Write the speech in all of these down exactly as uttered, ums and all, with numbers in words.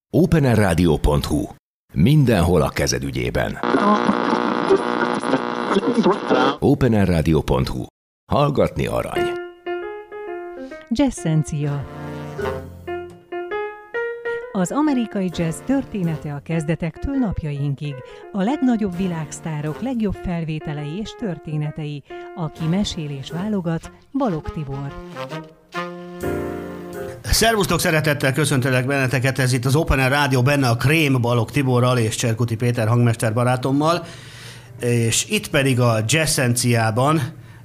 openerradio pont hu. Mindenhol a kezed ügyében. openerradio pont hu. Hallgatni arany. Jazzencia. Az amerikai jazz története a kezdetektől napjainkig. A legnagyobb világsztárok legjobb felvételei és történetei. Aki mesél és válogat, Balogh Tibor. Szervusztok, szeretettel köszöntelek benneteket, ez itt az Open Rádió, benne a Krém Balogh Tiborral és Cserkuti Péter hangmester barátommal, és itt pedig a Jazzenciában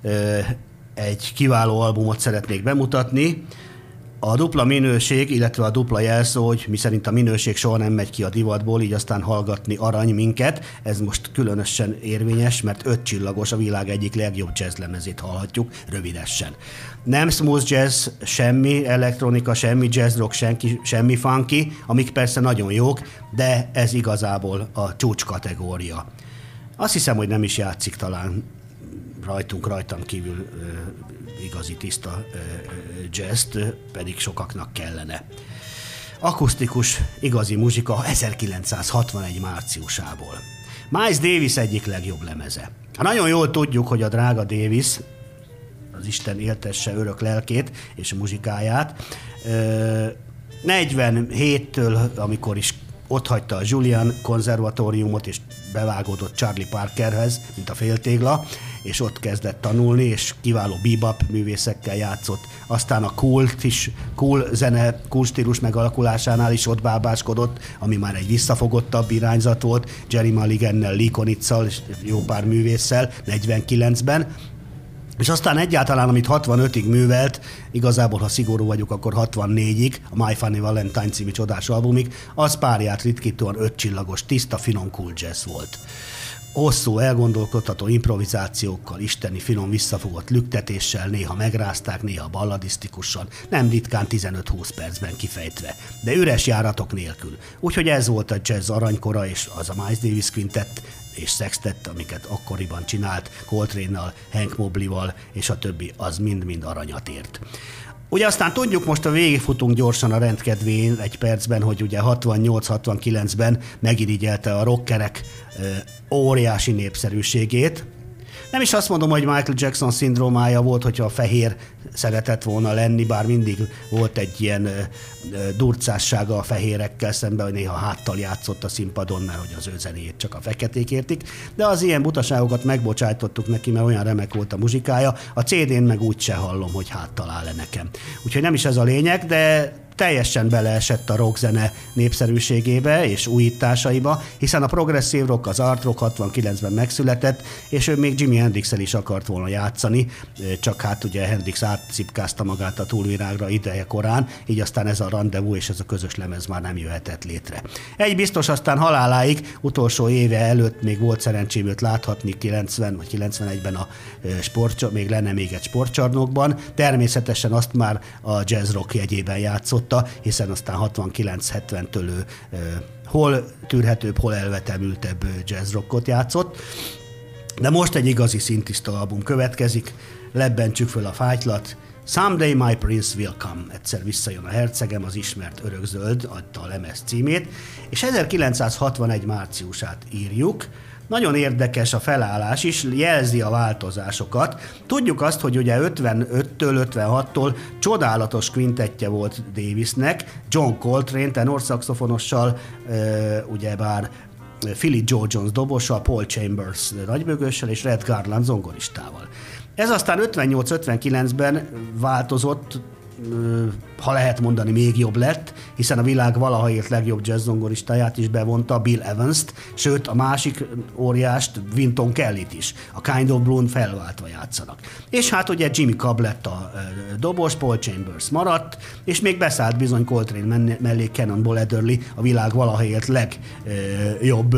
egy kiváló albumot szeretnék bemutatni. A dupla minőség, illetve a dupla jelszó, hogy miszerint a minőség soha nem megy ki a divatból, így aztán hallgatni arany minket. Ez most különösen érvényes, mert öt csillagos, a világ egyik legjobb jazzlemezét hallhatjuk rövidesen. Nem smooth jazz, semmi elektronika, semmi jazz rock, senki, semmi funky, amik persze nagyon jók, de ez igazából a csúcs kategória. Azt hiszem, hogy nem is játszik talán rajtunk, rajtam kívül ö, igazi tiszta ö, jazzt, pedig sokaknak kellene. Akusztikus, igazi muzsika ezerkilencszázhatvanegy márciusából. Miles Davis egyik legjobb lemeze. Nagyon jól tudjuk, hogy a drága Davis, az Isten éltesse örök lelkét és a muzsikáját, ö, negyvenhéttől, amikor is otthagyta a Juilliard konzervatóriumot, és bevágódott Charlie Parkerhez, mint a féltégla, és ott kezdett tanulni, és kiváló bebop művészekkel játszott. Aztán a kult is, cool zene, cool stílus megalakulásánál is ott bábáskodott, ami már egy visszafogottabb irányzat volt, Jerry Mulligannel, Lee Konizzal és jó pár művésszel negyvenkilencben. És aztán egyáltalán, amit hatvanötig művelt, igazából, ha szigorú vagyok, akkor hatvannégyig, a My Funny Valentine című csodás albumig, az párját ritkítóan ötcsillagos, tiszta, finom cool jazz volt. Hosszú, elgondolkodható improvizációkkal, isteni, finom, visszafogott lüktetéssel, néha megrázták, néha balladisztikusan, nem ritkán tizenöt-húsz percben kifejtve, de üres járatok nélkül. Úgyhogy ez volt a jazz aranykora, és az a Miles Davis Quintet és Sextet, amiket akkoriban csinált, Coltrane-nal, Hank Mobley-val, és a többi, az mind-mind aranyat ért. Ugye aztán tudjuk, most a végigfutunk gyorsan a rendkedvén egy percben, hogy ugye hatvannyolc-hatvankilencben megirigyelte a rockerek óriási népszerűségét. Nem is azt mondom, hogy Michael Jackson szindrómája volt, hogyha a fehér szeretett volna lenni, bár mindig volt egy ilyen durcássága a fehérekkel szemben, hogy néha háttal játszott a színpadon, mert hogy az ő zenéjét csak a feketék értik, de az ilyen butaságokat megbocsájtottuk neki, mert olyan remek volt a muzsikája, a cé dén meg úgy se hallom, hogy háttal áll le nekem. Úgyhogy nem is ez a lényeg, de teljesen beleesett a rockzene népszerűségébe és újításaiba, hiszen a progresszív rock, az art rock hatvankilencben megszületett, és ő még Jimi Hendrixel is akart volna játszani, csak hát ugye Hendrix átcipkázta magát a túlvilágra ideje korán, így aztán ez a randevú és ez a közös lemez már nem jöhetett létre. Egy biztos, aztán haláláig, utolsó éve előtt még volt szerencsém őt láthatni kilencven vagy kilencvenegyben a sport, még lenne még egy sportcsarnokban, természetesen azt már a jazz rock jegyében játszott, hiszen aztán hatvankilenc-hetventől ő uh, hol tűrhetőbb, hol elvetemültebb jazzrockot játszott. De most egy igazi szintiszta album következik, lebbentsük föl a fájtlat. Someday my prince will come, egyszer visszajön a hercegem, az ismert örökzöld adta a lemez címét, és ezerkilencszázhatvanegy márciusát írjuk. Nagyon érdekes a felállás is, jelzi a változásokat. Tudjuk azt, hogy ugye ötvenöttől ötvenhattól csodálatos kvintettje volt Davisnek, John Coltrane tenorszaxofonossal, ugyebár Philly Joe Jones dobossal, Paul Chambers nagybögössel és Red Garland zongoristával. Ez aztán ötvennyolc-ötvenkilencben változott, ha lehet mondani, még jobb lett, hiszen a világ valaha élt legjobb jazz zongoristáját is bevonta, Bill Evans-t, sőt a másik óriást, Wynton Kellyt is, a Kind of Blue-n felváltva játszanak. És hát ugye Jimmy Cobb lett a dobos, Paul Chambers maradt, és még beszállt bizony Coltrane mellé Cannonball Adderley, a világ valaha élt legjobb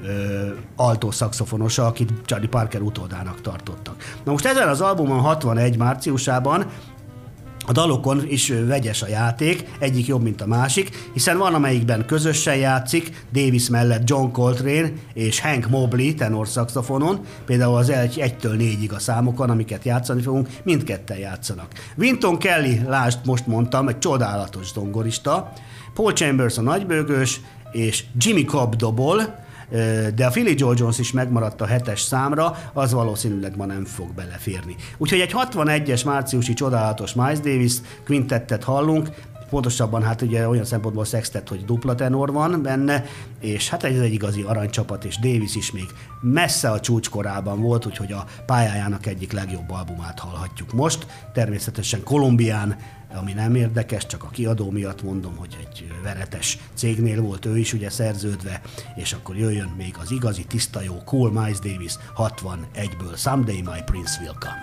altó szaxofonosa, akit Charlie Parker utódának tartottak. Na most ezen az albumon hatvanegy márciusában a dalokon is vegyes a játék, egyik jobb, mint a másik, hiszen van, amelyikben közösen játszik, Davis mellett John Coltrane és Hank Mobley tenorszaxofonon, például az egytől négyig a számokon, amiket játszani fogunk, mindketten játszanak. Wynton Kelly, lásd, most mondtam, egy csodálatos zongorista, Paul Chambers a nagybőgős, és Jimmy Cobb dobol, de a Philly Joe Jones is megmaradt a hetes számra, az valószínűleg ma nem fog beleférni. Úgyhogy egy hatvanegyes márciusi csodálatos Miles Davis quintettet hallunk, pontosabban hát ugye olyan szempontból sextet, hogy dupla tenor van benne, és hát ez egy igazi aranycsapat, és Davis is még messze a csúcskorában volt, úgyhogy a pályájának egyik legjobb albumát hallhatjuk most. Természetesen Kolumbián, ami nem érdekes, csak a kiadó miatt mondom, hogy egy veretes cégnél volt ő is ugye szerződve, és akkor jöjjön még az igazi, tiszta jó, cool Miles Davis hatvanegyből, Someday My Prince Will Come.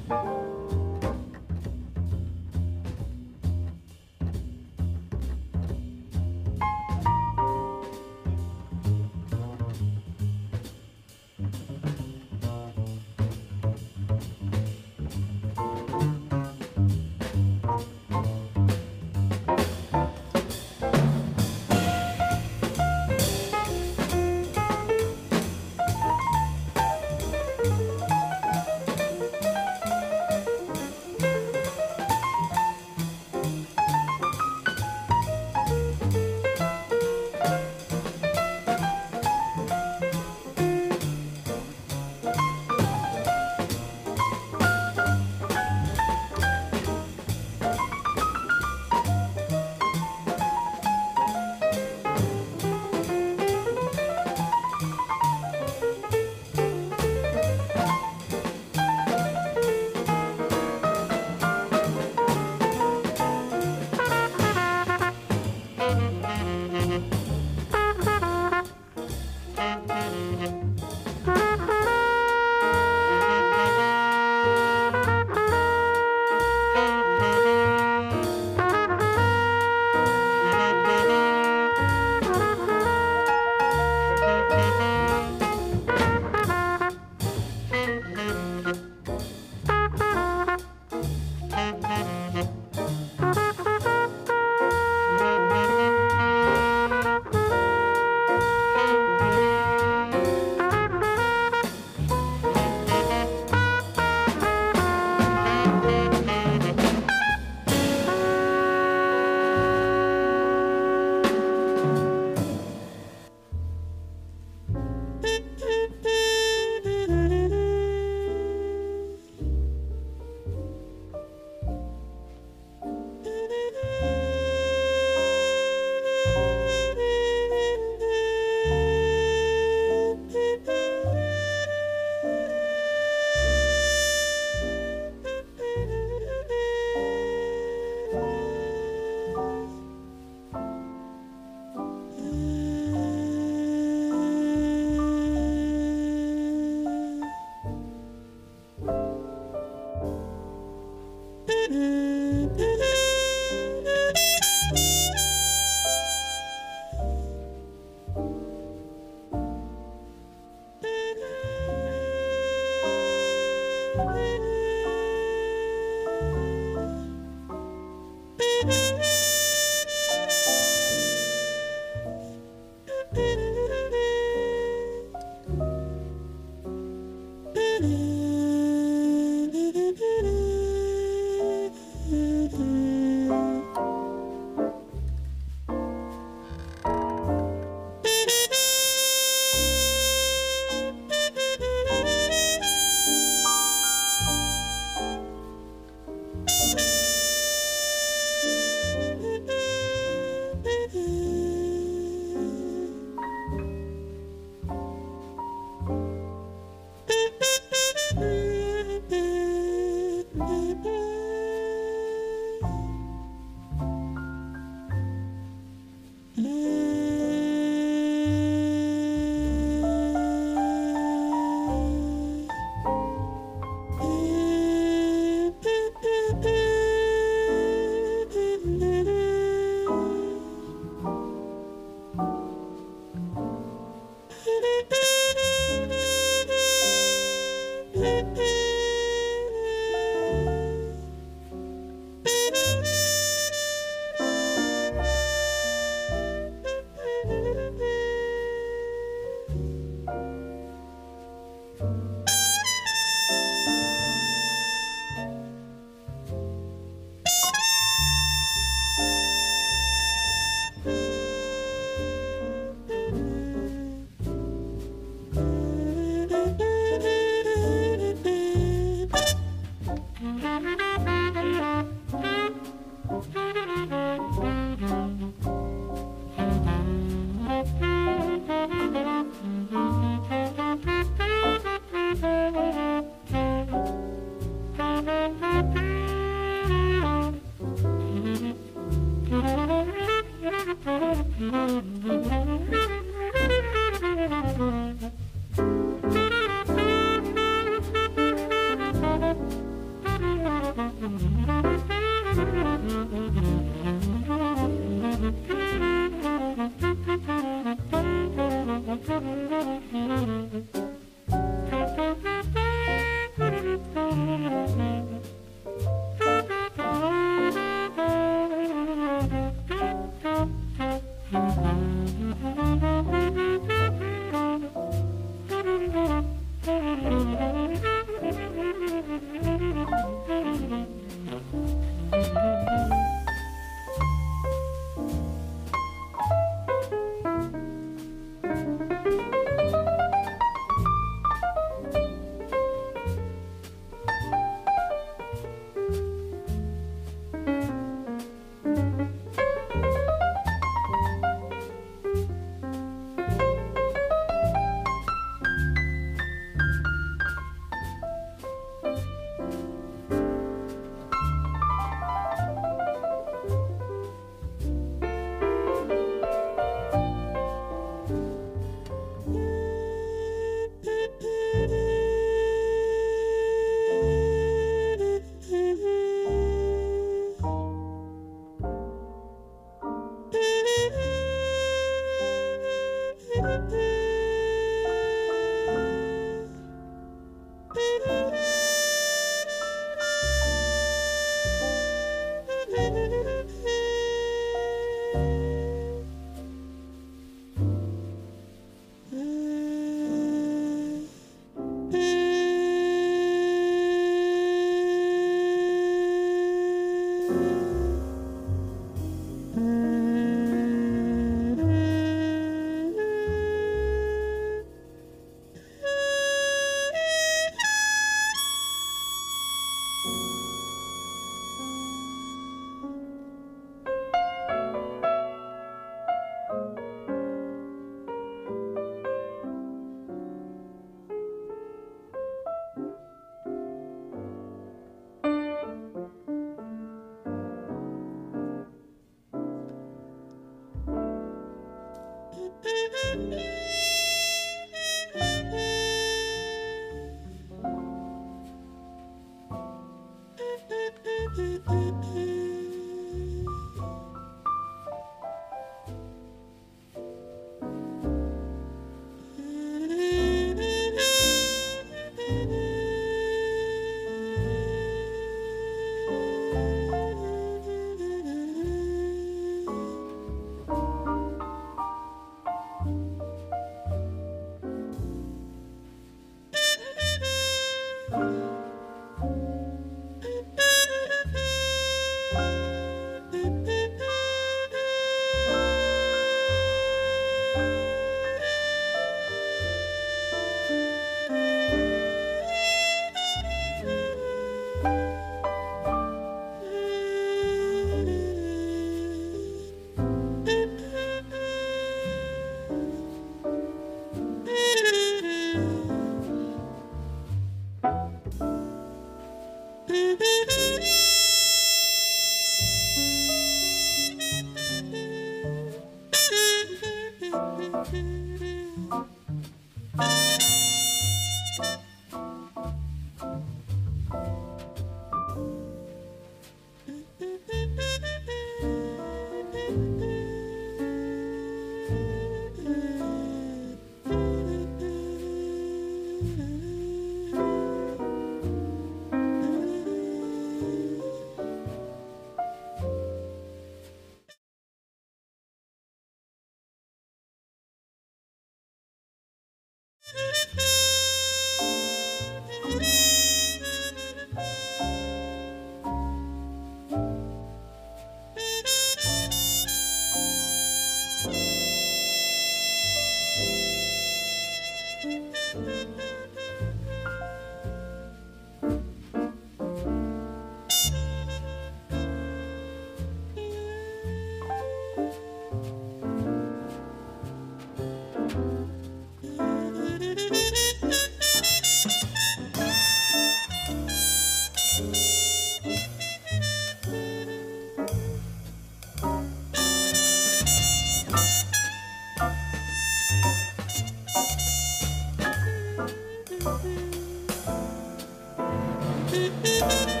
Thank you.